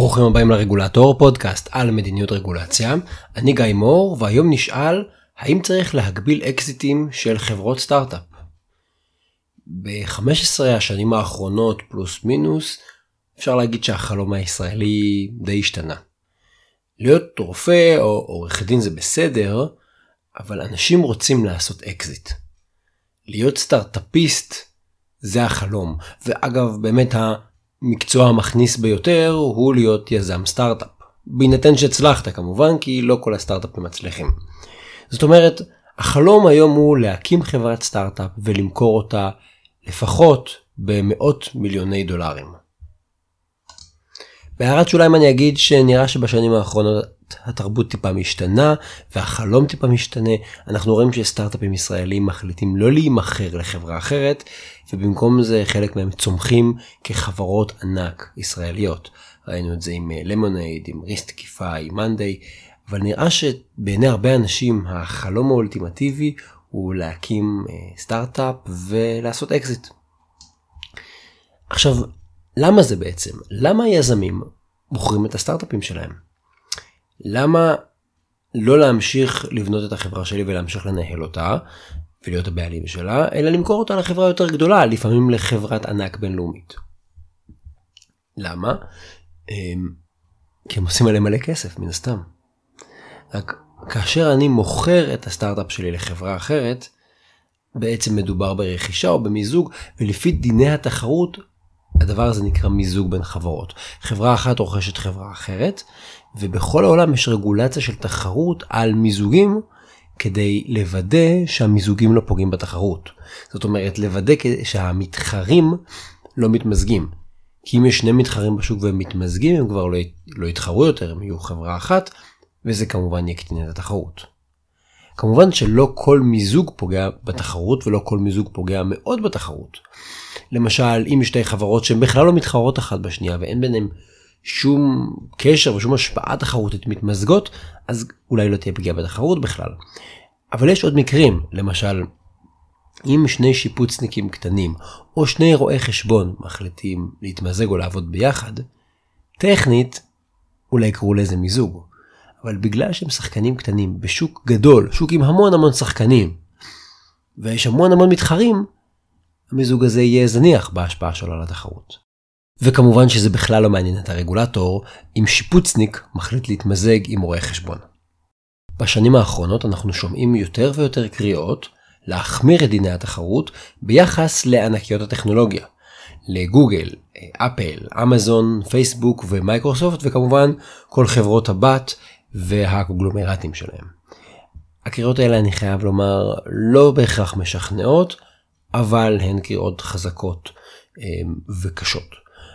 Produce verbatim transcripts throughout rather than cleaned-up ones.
ברוכים הבאים לרגולטור, פודקאסט על מדיניות רגולציה. אני גיא מור, והיום נשאל האם צריך להגביל אקזיטים של חברות סטארט-אפ. ב-חמש עשרה השנים האחרונות פלוס מינוס אפשר להגיד שהחלום הישראלי די השתנה. להיות רופא או עורך דין זה בסדר, אבל אנשים רוצים לעשות אקזיט. להיות סטארט-אפיסט זה החלום, ואגב באמת המקצוע המכניס ביותר הוא להיות יזם סטארט-אפ. בהינתן שהצלחת כמובן, כי לא כל הסטארט-אפים מצליחים. זאת אומרת, החלום היום הוא להקים חברת סטארט-אפ ולמכור אותה לפחות במאות מיליוני דולרים. בהערת שוליים אני אגיד שנראה שבשנים האחרונות התרבות טיפה משתנה והחלום טיפה משתנה. אנחנו רואים שסטארט-אפים ישראלים מחליטים לא להימכר לחברה אחרת, ובמקום זה חלק מהם צומחים כחברות ענק ישראליות. ראינו את זה עם למונייד, עם ריסטקיפיי, עם מנדיי, אבל נראה שבעיני הרבה אנשים החלום האולטימטיבי הוא להקים סטארט-אפ ולעשות אקזיט. עכשיו, למה זה בעצם? למה היזמים בוחרים את הסטארט-אפים שלהם? למה לא להמשיך לבנות את החברה שלי ולהמשיך לנהל אותה ולהיות הבעלים שלה, אלא למכור אותה לחברה יותר גדולה, לפעמים לחברת ענק בינלאומית? למה? כי הם עושים עליהם מלא כסף, מן הסתם. רק כאשר אני מוכר את הסטארט-אפ שלי לחברה אחרת, בעצם מדובר ברכישה או במיזוג, ולפי דיני התחרות, הדבר הזה נקרא מיזוג בין חברות. חברה אחת רוכשת חברה אחרת, ובכל העולם יש רגולציה של תחרות על מיזוגים, כדי לוודא שהמיזוגים לא פוגעים בתחרות. זאת אומרת, לוודא שהמתחרים לא מתמזגים. כי אם יש שני מתחרים בשוק והם מתמזגים, הם כבר לא, לא יתחרו יותר, הם יהיו חברה אחת, וזה כמובן יקטין את התחרות. כמובן שלא כל מיזוג פוגע בתחרות, ולא כל מיזוג פוגע מאוד בתחרות. למשל, אם יש שתי חברות שהן בכלל לא מתחרות אחת בשנייה, ואין ביניהן שום קשר ושום השפעה תחרותית מתמזגות, אז אולי לא תהיה פגיעה בתחרות בכלל. אבל יש עוד מקרים, למשל, אם שני שיפוצניקים קטנים, או שני רואי חשבון מחליטים להתמזג או לעבוד ביחד, טכנית, אולי יקראו לזה מיזוג. אבל בגלל שהם שחקנים קטנים בשוק גדול, שוק עם המון המון שחקנים, ויש המון המון מתחרים, המיזוג הזה יהיה זניח בהשפעה שלו על התחרות. וכמובן שזה בכלל לא מעניין את הרגולטור אם שיפוצניק מחליט להתמזג עם רואה חשבון. בשנים האחרונות אנחנו שומעים יותר ויותר קריאות להחמיר את דיני התחרות ביחס לענקיות הטכנולוגיה. לגוגל, אפל, אמזון, פייסבוק ומייקרוסופט, וכמובן כל חברות הבת והקונגלומרטים שלהם. הקריאות האלה, אני חייב לומר, לא בהכרח משכנעות, אבל הן קריאות חזקות וקשות.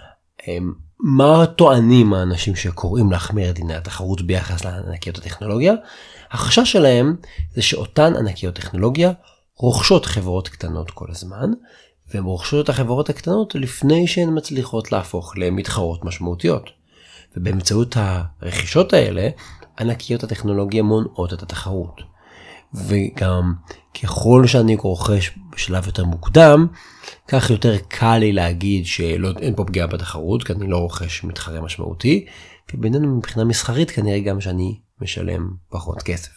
מה טוענים האנשים שקוראים להחמיר את דיני התחרות ביחס לענקיות הטכנולוגיה? החשש שלהם זה שאותן ענקיות טכנולוגיה רוכשות חברות קטנות כל הזמן, והן רוכשות את החברות הקטנות לפני שהן מצליחות להפוך למתחרות משמעותיות. ובאמצעות הרכישות האלה, ענקיות הטכנולוגיה מונעות את התחרות. וגם ככל שאני רוכש בשלב יותר מוקדם, כך יותר קל לי להגיד שאין פה פגיעה בתחרות, כי אני לא רוכש מתחרה משמעותי, ובינינו מבחינה מסחרית כנראה גם שאני משלם פחות כסף.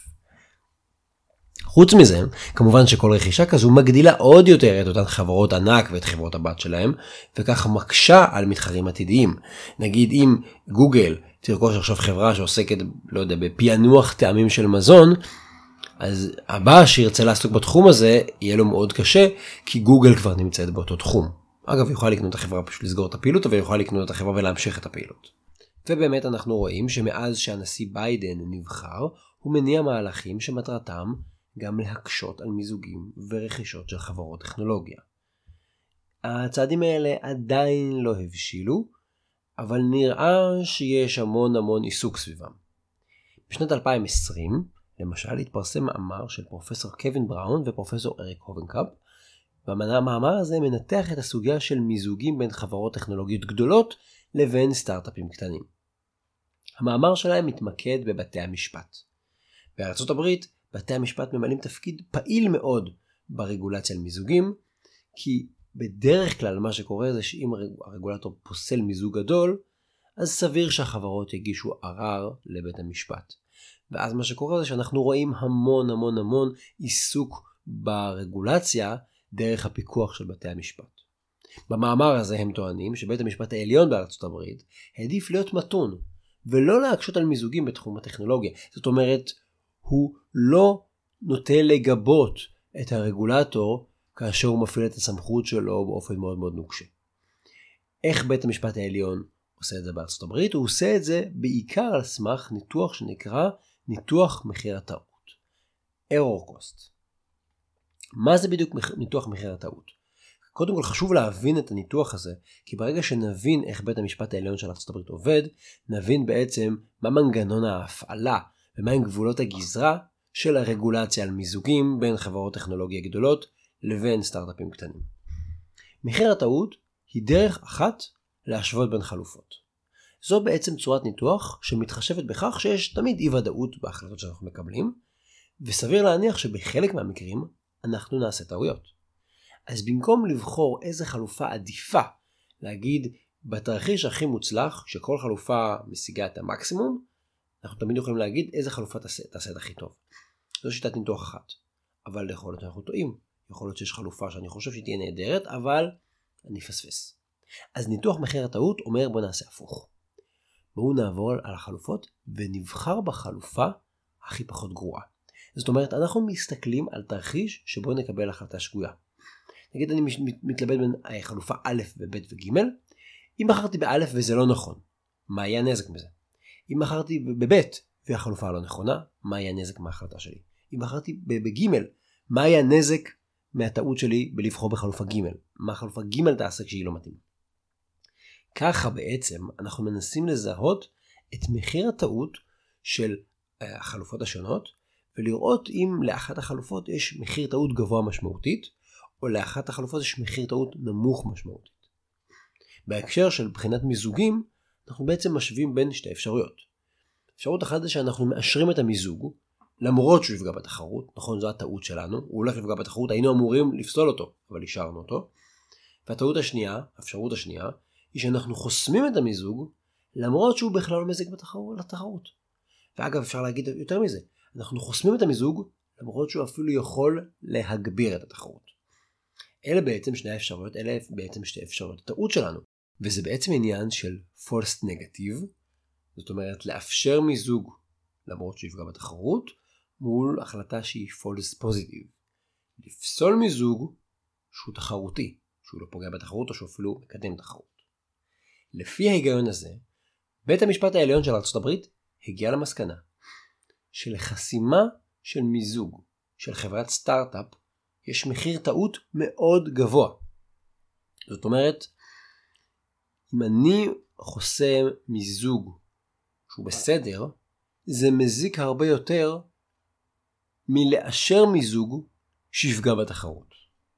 חוץ מזה, כמובן שכל רכישה כזו מגדילה עוד יותר את אותן חברות ענק ואת חברות הבת שלהם, וככה מקשה על מתחרים עתידיים. נגיד אם גוגל תרכוש עכשיו חברה שעוסקת, לא יודע, בפענוח טעמים של מזון, אז הבא שירצה לעסוק בתחום הזה יהיה לו מאוד קשה, כי גוגל כבר נמצאת באותו תחום. אגב, היא יכולה לקנות את החברה פשוט לסגור את הפעילות, אבל היא יכולה לקנות את החברה ולהמשיך את הפעילות. ובאמת אנחנו רואים שמאז שהנשיא ביידן נבחר, הוא מניע מהלכים שמטרתם גם להקשות על מיזוגים ורכישות של חברות טכנולוגיה. הצעדים האלה עדיין לא הבשילו, אבל נראה שיש המון המון עיסוק סביבם. בשנת אלפיים ועשרים, למשל, התפרסם מאמר של פרופסור קווין בראון ופרופסור אריק הובנקאפ, והמאמר הזה מנתח את הסוגיה של מיזוגים בין חברות טכנולוגיות גדולות לבין סטארט-אפים קטנים. המאמר שלהם מתמקד בבתי המשפט. בארצות הברית, בתי המשפט ממלאים תפקיד פעיל מאוד ברגולציה על מיזוגים, כי בדרך כלל מה שקורה זה שאם הרגולטור פוסל מיזוג גדול, אז סביר שהחברות יגישו ערר לבית המשפט. ואז מה שקורה זה שאנחנו רואים המון המון המון עיסוק ברגולציה דרך הפיקוח של בתי המשפט. במאמר הזה הם טוענים שבית המשפט העליון בארצות הברית העדיף להיות מתון ולא להקשות על מיזוגים בתחום הטכנולוגיה. זאת אומרת, הוא לא נוטה לגבות את הרגולטור כאשר הוא מפעיל את הסמכות שלו באופן מאוד מאוד נוקשה. איך בית המשפט העליון עושה את זה בארצות הברית? הוא עושה את זה בעיקר על סמך ניתוח שנקרא ניתוח מחיר הטעות. Error Cost. מה זה בדיוק ניתוח מחיר הטעות? קודם כל חשוב להבין את הניתוח הזה, כי ברגע שנבין איך בית המשפט העליון של ארצות הברית עובד, נבין בעצם מה מנגנון ההפעלה ומהם גבולות הגזרה של הרגולציה על מיזוגים בין חברות טכנולוגיה גדולות לבין סטארט-אפים קטנים. מחיר הטעות היא דרך אחת להשוות בין חלופות. זו בעצם צורת ניתוח שמתחשבת בכך שיש תמיד אי ודאות בהחלטות שאנחנו מקבלים, וסביר להניח שבחלק מהמקרים אנחנו נעשה טעויות. אז במקום לבחור איזה חלופה עדיפה, להגיד בתרחיש הכי מוצלח שכל חלופה משיגה את המקסימום, אנחנו תמיד יכולים להגיד איזה חלופה תעשה, תעשה את הכי טוב. זו שיטת ניתוח אחת. אבל יכול להיות שאנחנו טועים. יכול להיות שיש חלופה שאני חושב שהיא תהיה נהדרת, אבל אני פספס. אז ניתוח מחיר הטעות אומר בוא נעשה הפוך. בואו נעבור על החלופות ונבחר בחלופה הכי פחות גרועה. זאת אומרת, אנחנו מסתכלים על תרחיש שבו נקבל החלטה שגויה. נגיד אני מתלבט בין חלופה א' וב' וג'. אם בחרתי בא' וזה לא נכון, מה יהיה הנזק מזה? אם בחרתי בב' והחלופה לא נכונה, מה יהיה הנזק מההחלטה שלי? אם בחרתי בג', מה יהיה הנזק מהטעות שלי בלבחור בחלופה ג'? מה חלופה ג' תעשה כשהיא לא מתאימה? ככה בעצם אנחנו מנסים לזהות את מחיר הטעות של החלופות השונות, ולראות אם לאחת החלופות יש מחיר טעות גבוה משמעותית, או לאחת החלופות יש מחיר טעות נמוך משמעותית. בהקשר של בחינת מיזוגים, אנחנו בעצם משווים בין שתי אפשרויות. אפשרות אחת זה שאנחנו מאשרים את המיזוג, למרות שהוא יפגע בתחרות, נכון, זו הטעות שלנו, הוא הולך לפגע בתחרות, היינו אמורים לפסול אותו, אבל השארנו אותו. והטעות השנייה, האפשרות השנייה, היא שאנחנו חוסמים את המיזוג, למרות שהוא בכלל לא מזיק בתחרות, לתחרות. ואגב, אפשר להגיד יותר מזה, אנחנו חוסמים את המיזוג, למרות שהוא אפילו יכול להגביר את התחרות. אלה בעצם שני האפשרויות, אלה בעצם שתי אפשרויות הטעות שלנו. וזה בעצם עניין של false negative, זאת אומרת לאפשר מיזוג למרות שיפגע בתחרות, מול החלטה שהיא false positive. לפסול מיזוג שהוא תחרותי, שהוא לא פוגע בתחרות או שהוא אפילו מקדם תחרות. לפי ההיגיון הזה, בית המשפט העליון של ארצות הברית הגיע למסקנה שלחסימה של מיזוג של חברת סטארט-אפ יש מחיר טעות מאוד גבוה. זאת אומרת, אם אני חוסם מיזוג שהוא בסדר, זה מזיק הרבה יותר מלאשר מיזוג שיפגע בתחרות.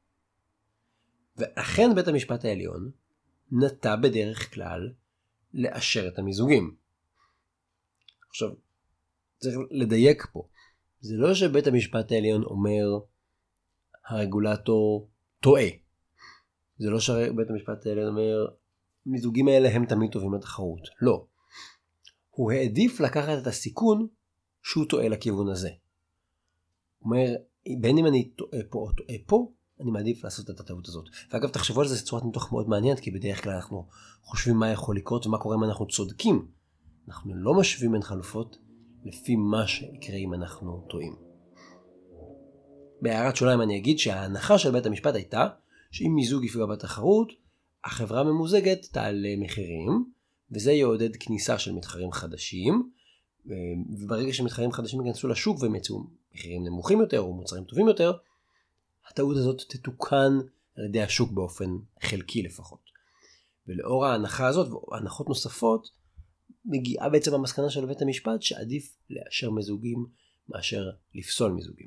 ולכן בית המשפט העליון נטה בדרך כלל לאשר את המיזוגים. עכשיו, צריך לדייק פה. זה לא שבית המשפט העליון אומר הרגולטור טועה. זה לא שבית המשפט העליון אומר מיזוגים האלה הם תמיד טובים לתחרות. לא. הוא העדיף לקחת את הסיכון שהוא טועה לכיוון הזה. הוא אומר, בין אם אני טועה פה או טועה פה, אני מעדיף לעשות את הטעות הזאת. ואגב, תחשבו על זה, זה צורת ניתוח מאוד מעניינת, כי בדרך כלל אנחנו חושבים מה יכול לקרות ומה קורה אם אנחנו צודקים. אנחנו לא משווים בין חלופות לפי מה שיקרה אם אנחנו טועים. בהערת שוליים אני אגיד שההנחה של בית המשפט הייתה שאם מיזוג יפגע בתחרות, החברה הממוזגת תעלה מחירים, וזה יעודד כניסה של מתחרים חדשים, וברגע שמתחרים חדשים ייכנסו לשוק והם יצאו מחירים נמוכים יותר או מוצרים טובים יותר, הטעות הזאת תתוקן על ידי השוק באופן חלקי לפחות. ולאור ההנחה הזאת והנחות נוספות, מגיעה בעצם המסקנה של בית המשפט שעדיף לאשר מיזוגים מאשר לפסול מיזוגים.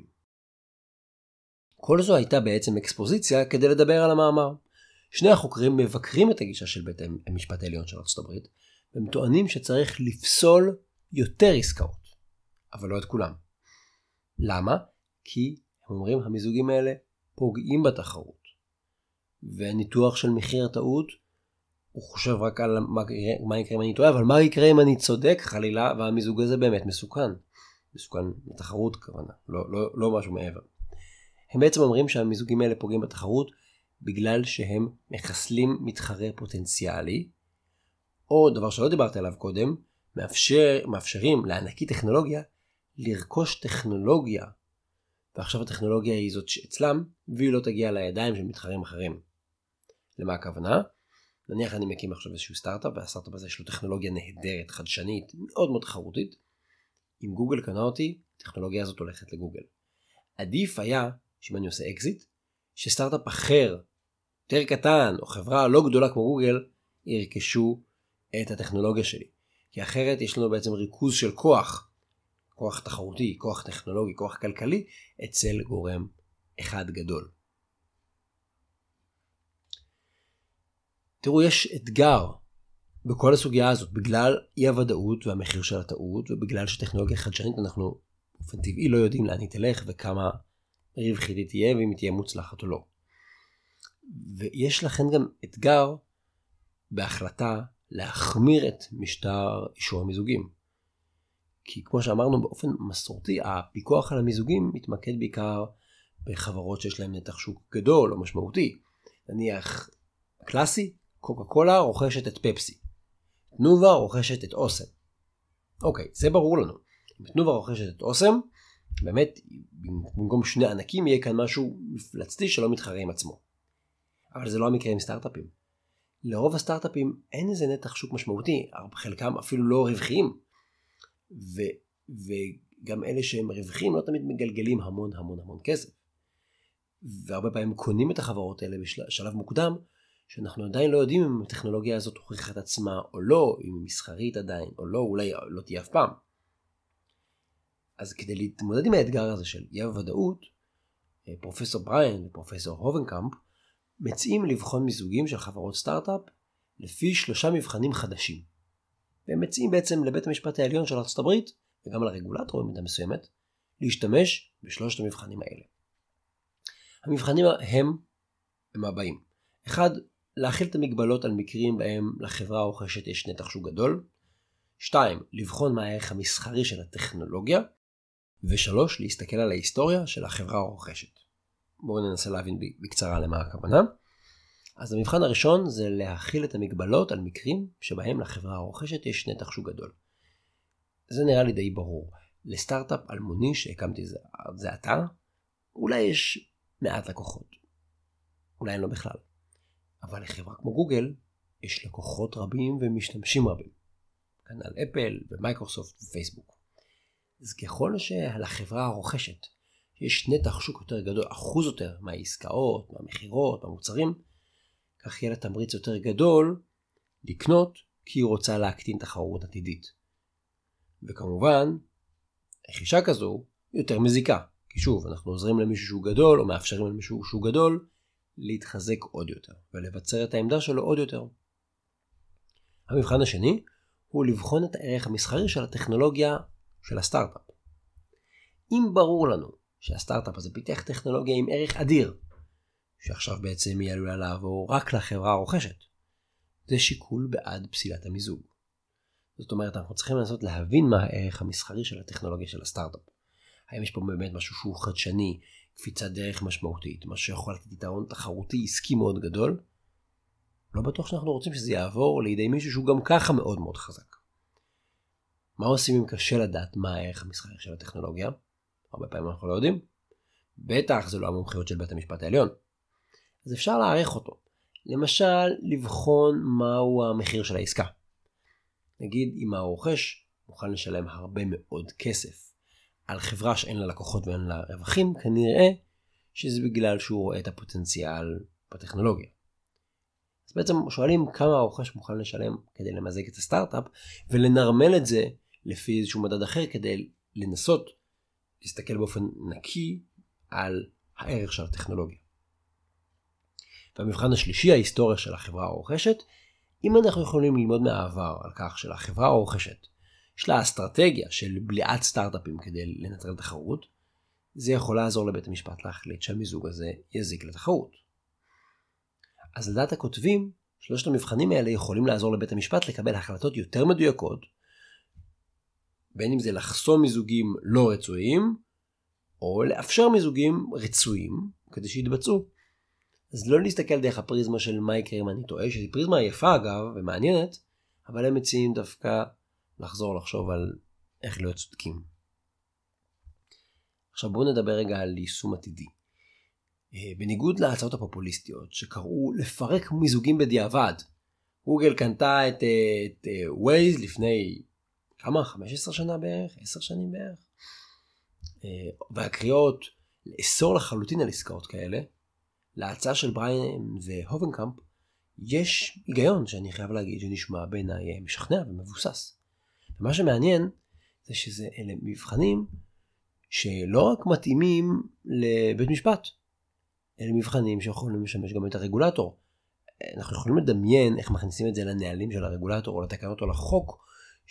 כל זו הייתה בעצם אקספוזיציה כדי לדבר על המאמר. שני החוקרים מבקרים את הגישה של בית המשפט העליון של ארצות הברית, והם טוענים שצריך לפסול יותר עסקאות, אבל לא את כולם. למה? כי הם אומרים המיזוגים האלה פוגעים בתחרות, והניתוח של מחיר הטעות הוא חושב רק על מה, מה יקרה אם אני טועה, אבל מה יקרה אם אני צודק חלילה, והמיזוג הזה באמת מסוכן. מסוכן לתחרות כוונה, לא, לא, לא משהו מעבר. הם בעצם אומרים שהמיזוגים האלה פוגעים בתחרות, בגלל שהם מחסלים מתחרה פוטנציאלי, או דבר שלא דיברתי עליו קודם, מאפשר, מאפשרים לענקי טכנולוגיה לרכוש טכנולוגיה, ועכשיו הטכנולוגיה היא זאת שאצלם, והיא לא תגיע לידיים של מתחרים אחרים. למה הכוונה? נניח אני מקים עכשיו איזשהו סטארט-אפ, והסטארט-אפ הזה יש לו טכנולוגיה נהדרת, חדשנית, מאוד מאוד תחרותית. אם גוגל קנה אותי, הטכנולוגיה הזאת הולכת לגוגל. עדיף היה, שאם אני עושה אקזיט, שסטארט-אפ אחר, יותר קטן, או חברה לא גדולה כמו גוגל, ירכשו את הטכנולוגיה שלי. כי אחרת יש לנו בעצם ריכוז של כוח, כוח תחרותי, כוח טכנולוגי, כוח כלכלי, אצל גורם אחד גדול. תראו, יש אתגר בכל הסוגיה הזאת, בגלל אי הוודאות והמחיר של הטעות, ובגלל שטכנולוגיה חדשנית אנחנו באופן טבעי לא יודעים לאן היא תלך וכמה רווחית היא תהיה, ואם היא תהיה מוצלחת או לא. ויש לכן גם אתגר בהחלטה להחמיר את משטר אישור המיזוגים. כי כמו שאמרנו, באופן מסורתי, הפיקוח על המיזוגים מתמקד בעיקר בחברות שיש להם נתח שוק גדול או משמעותי. נניח קלאסי, קוקה קולה רוכשת את פפסי. תנובה רוכשת את אוסם. אוקיי, זה ברור לנו. אם תנובה רוכשת את אוסם, באמת, במקום שני ענקים יהיה כאן משהו מפלצתי שלא מתחרה עם עצמו. אבל זה לא המקרה עם סטארט-אפים. לרוב הסטארט-אפים אין איזה נתח שוק משמעותי, חלקם אפילו לא רווחיים. ו, וגם אלה שהם רווחיים לא תמיד מגלגלים המון המון המון כסף. והרבה פעמים קונים את החברות האלה בשלב מוקדם, שאנחנו עדיין לא יודעים אם הטכנולוגיה הזאת הוכיחה את עצמה או לא, אם היא מסחרית עדיין או לא, אולי לא תהיה אף פעם. אז כדי להתמודד עם האתגר הזה של אי הוודאות, פרופסור בריין ופרופסור הובנקאמפ מציעים לבחון מיזוגים של חברות סטארט-אפ לפי שלושה מבחנים חדשים. והם מציעים בעצם לבית המשפט העליון של ארצות הברית, וגם לרגולטור במידה מסוימת, להשתמש בשלושת המבחנים האלה. המבחנים הם, הם הבאים. אחד, להכיל את המגבלות על מקרים בהם לחברה הרוכשת יש נתח שוק גדול. שתיים, לבחון מה הערך המסחרי של הטכנולוגיה. ושלוש, להסתכל על ההיסטוריה של החברה הרוכשת. בואו ננסה להבין בקצרה למה הכוונה. אז המבחן הראשון זה להכיל את המגבלות על מקרים שבהם לחברה הרוכשת יש נתח שוק גדול. זה נראה לי די ברור. לסטארט-אפ אלמוני שהקמתי זה, זה עתה, אולי יש מעט לקוחות. אולי אין לו בכלל. אבל לחברה כמו גוגל יש לקוחות רבים ומשתמשים רבים. כאן על אפל ומייקרוסופט ופייסבוק. אז ככל שלחברה הרוכשת יש נתח שוק יותר גדול, אחוז יותר מהעסקאות, מהמחירות, מהמוצרים, כך יהיה לה תמריץ יותר גדול לקנות, כי היא רוצה להקטין תחרות עתידית. וכמובן, רכישה כזו יותר מזיקה, כי שוב, אנחנו עוזרים למישהו שהוא גדול, או מאפשרים למישהו שהוא גדול, להתחזק עוד יותר, ולבצר את העמדה שלו עוד יותר. המבחן השני, הוא לבחון את הערך המסחרי של הטכנולוגיה של הסטארט-אפ. אם ברור לנו שהסטארט-אפ הזה פיתח טכנולוגיה עם ערך אדיר, שעכשיו בעצם היא עלולה לעבור רק לחברה הרוכשת, זה שיקול בעד פסילת המיזוג. זאת אומרת, אנחנו צריכים לנסות להבין מה הערך המסחרי של הטכנולוגיה של הסטארט-אפ. האם יש פה באמת משהו שהוא חדשני, קפיצת דרך משמעותית, משהו שיכול לתת יתרון תחרותי עסקי מאוד גדול? לא בטוח שאנחנו רוצים שזה יעבור לידי מישהו שהוא גם ככה מאוד מאוד חזק. מה עושים אם קשה לדעת מה הערך המסחרי של הטכנולוגיה? הרבה פעמים אנחנו לא יודעים. בטח זה לא המומחיות של בית המשפט העליון. אז אפשר להעריך אותו. למשל, לבחון מהו המחיר של העסקה. נגיד, אם הרוכש מוכן לשלם הרבה מאוד כסף על חברה שאין לה לקוחות ואין לה רווחים, כנראה שזה בגלל שהוא רואה את הפוטנציאל בטכנולוגיה. אז בעצם שואלים כמה הרוכש מוכן לשלם כדי למזג את הסטארט-אפ, ולנרמל את זה לפי איזשהו מדד אחר כדי לנסות להסתכל באופן נקי על הערך של הטכנולוגיה. והמבחן השלישי, ההיסטוריה של החברה הרוכשת, אם אנחנו יכולים ללמוד מהעבר על כך של החברה הרוכשת, יש לה אסטרטגיה של בליעת סטארט-אפים כדי לנטרל תחרות, זה יכול לעזור לבית המשפט להחליט שהמיזוג הזה יזיק לתחרות. אז לדעת הכותבים, שלושת המבחנים האלה יכולים לעזור לבית המשפט לקבל החלטות יותר מדויקות, בין אם זה לחסום מיזוגים לא רצויים, או לאפשר מיזוגים רצויים כדי שיתבצעו. אז לא להסתכל דרך הפריזמה של מה יקרה אם אני טועה, שהיא פריזמה יפה אגב ומעניינת, אבל הם מציעים דווקא לחזור לחשוב על איך להיות צודקים. עכשיו בואו נדבר רגע על יישום עתידי. בניגוד להצעות הפופוליסטיות שקראו לפרק מיזוגים בדיעבד, גוגל קנתה את, את ווייז לפני כמה? חמש עשרה שנה בערך? עשר שנים בערך? והקריאות לאסור לחלוטין על עסקאות כאלה, להצעה של בריין והובנקאמפ יש היגיון שאני חייב להגיד שנשמע בעיניי משכנע ומבוסס. ומה שמעניין זה שזה אלה מבחנים שלא רק מתאימים לבית משפט, אלה מבחנים שיכולים לשמש גם את הרגולטור. אנחנו יכולים לדמיין איך מכניסים את זה לנהלים של הרגולטור או לתקנות או לחוק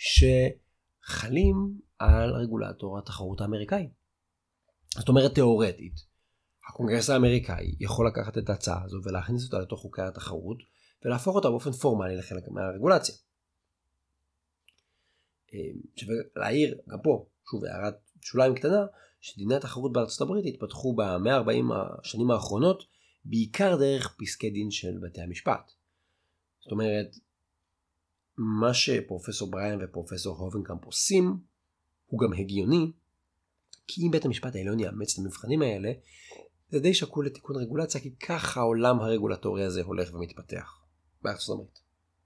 שחלים על רגולטור התחרות האמריקאי. זאת אומרת תיאורטית, הקונגרס האמריקאי יכול לקחת את ההצעה הזו ולהכניס אותה לתוך חוקי התחרות ולהפוך אותה באופן פורמלי לחלק מהרגולציה. שווה להעיר גם פה, שוב הערת שוליים קטנה, שדיני התחרות בארצות הברית התפתחו ב-מאה וארבעים השנים האחרונות בעיקר דרך פסקי דין של בתי המשפט. זאת אומרת, מה שפרופסור בריין ופרופסור הובנקאמפ עושים הוא גם הגיוני, כי אם בית המשפט העליון יאמץ את המבחנים האלה, זה די שקול לתיקון רגולציה, כי ככה העולם הרגולטורי הזה הולך ומתפתח בארצות הברית.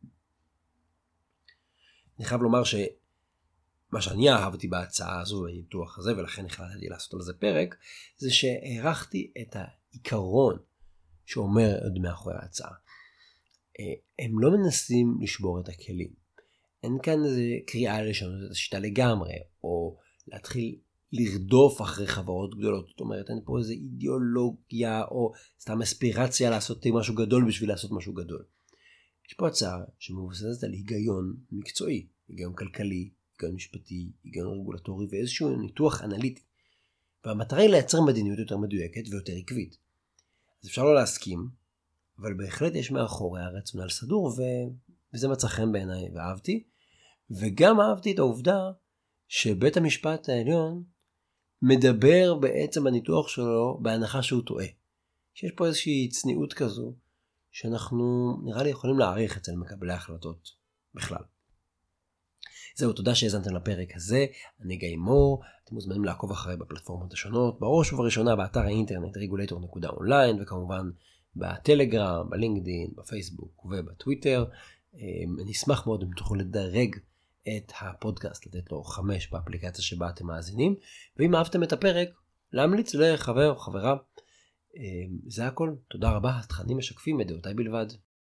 אני חייב לומר שמה שאני אהבתי בהצעה הזו, בניתוח הזה, ולכן החלטתי לעשות על זה פרק, זה שהערכתי את העיקרון שאומר עוד מאחורי ההצעה. הם לא מנסים לשבור את הכלים. אין כאן איזה קריאה לשנות את השיטה לגמרי, או להתחיל לרדוף אחרי חברות גדולות. זאת אומרת, אין פה איזה אידיאולוגיה, או סתם אספירציה לעשות משהו גדול בשביל לעשות משהו גדול. יש פה הצעה שמבוססת על היגיון מקצועי, היגיון כלכלי, היגיון משפטי, היגיון רגולטורי, ואיזשהו ניתוח אנליטי. והמטרה היא לייצר מדיניות יותר מדויקת ויותר עקבית. אז אפשר לא להסכים, אבל בהחלט יש מאחורי הרציונל סדור, ו... וזה מצא חן בעיניי ואהבתי. וגם אהבתי את העובדה שבית המשפט העליון מדבר בעצם הניתוח שלו בהנחה שהוא טועה. שיש פה איזושהי צניעות כזו, שאנחנו נראה לי יכולים להעריך אצל מקבלי ההחלטות בכלל. זהו, תודה שהזנתם לפרק הזה, אני גיא מור, אתם מוזמנים לעקוב אחרי בפלטפורמות השונות, בראש ובראשונה באתר האינטרנט רגולטור נקודה אונליין, וכמובן בטלגרם, בלינקדין, בפייסבוק ובטוויטר. אני אשמח מאוד אם תוכלו לדרג את הפודקאסט, לתת לו חמש באפליקציה שבה אתם מאזינים, ואם אהבתם את הפרק, להמליץ לחבר או חברה. זה הכל, תודה רבה, התכנים משקפים את דעותיי בלבד.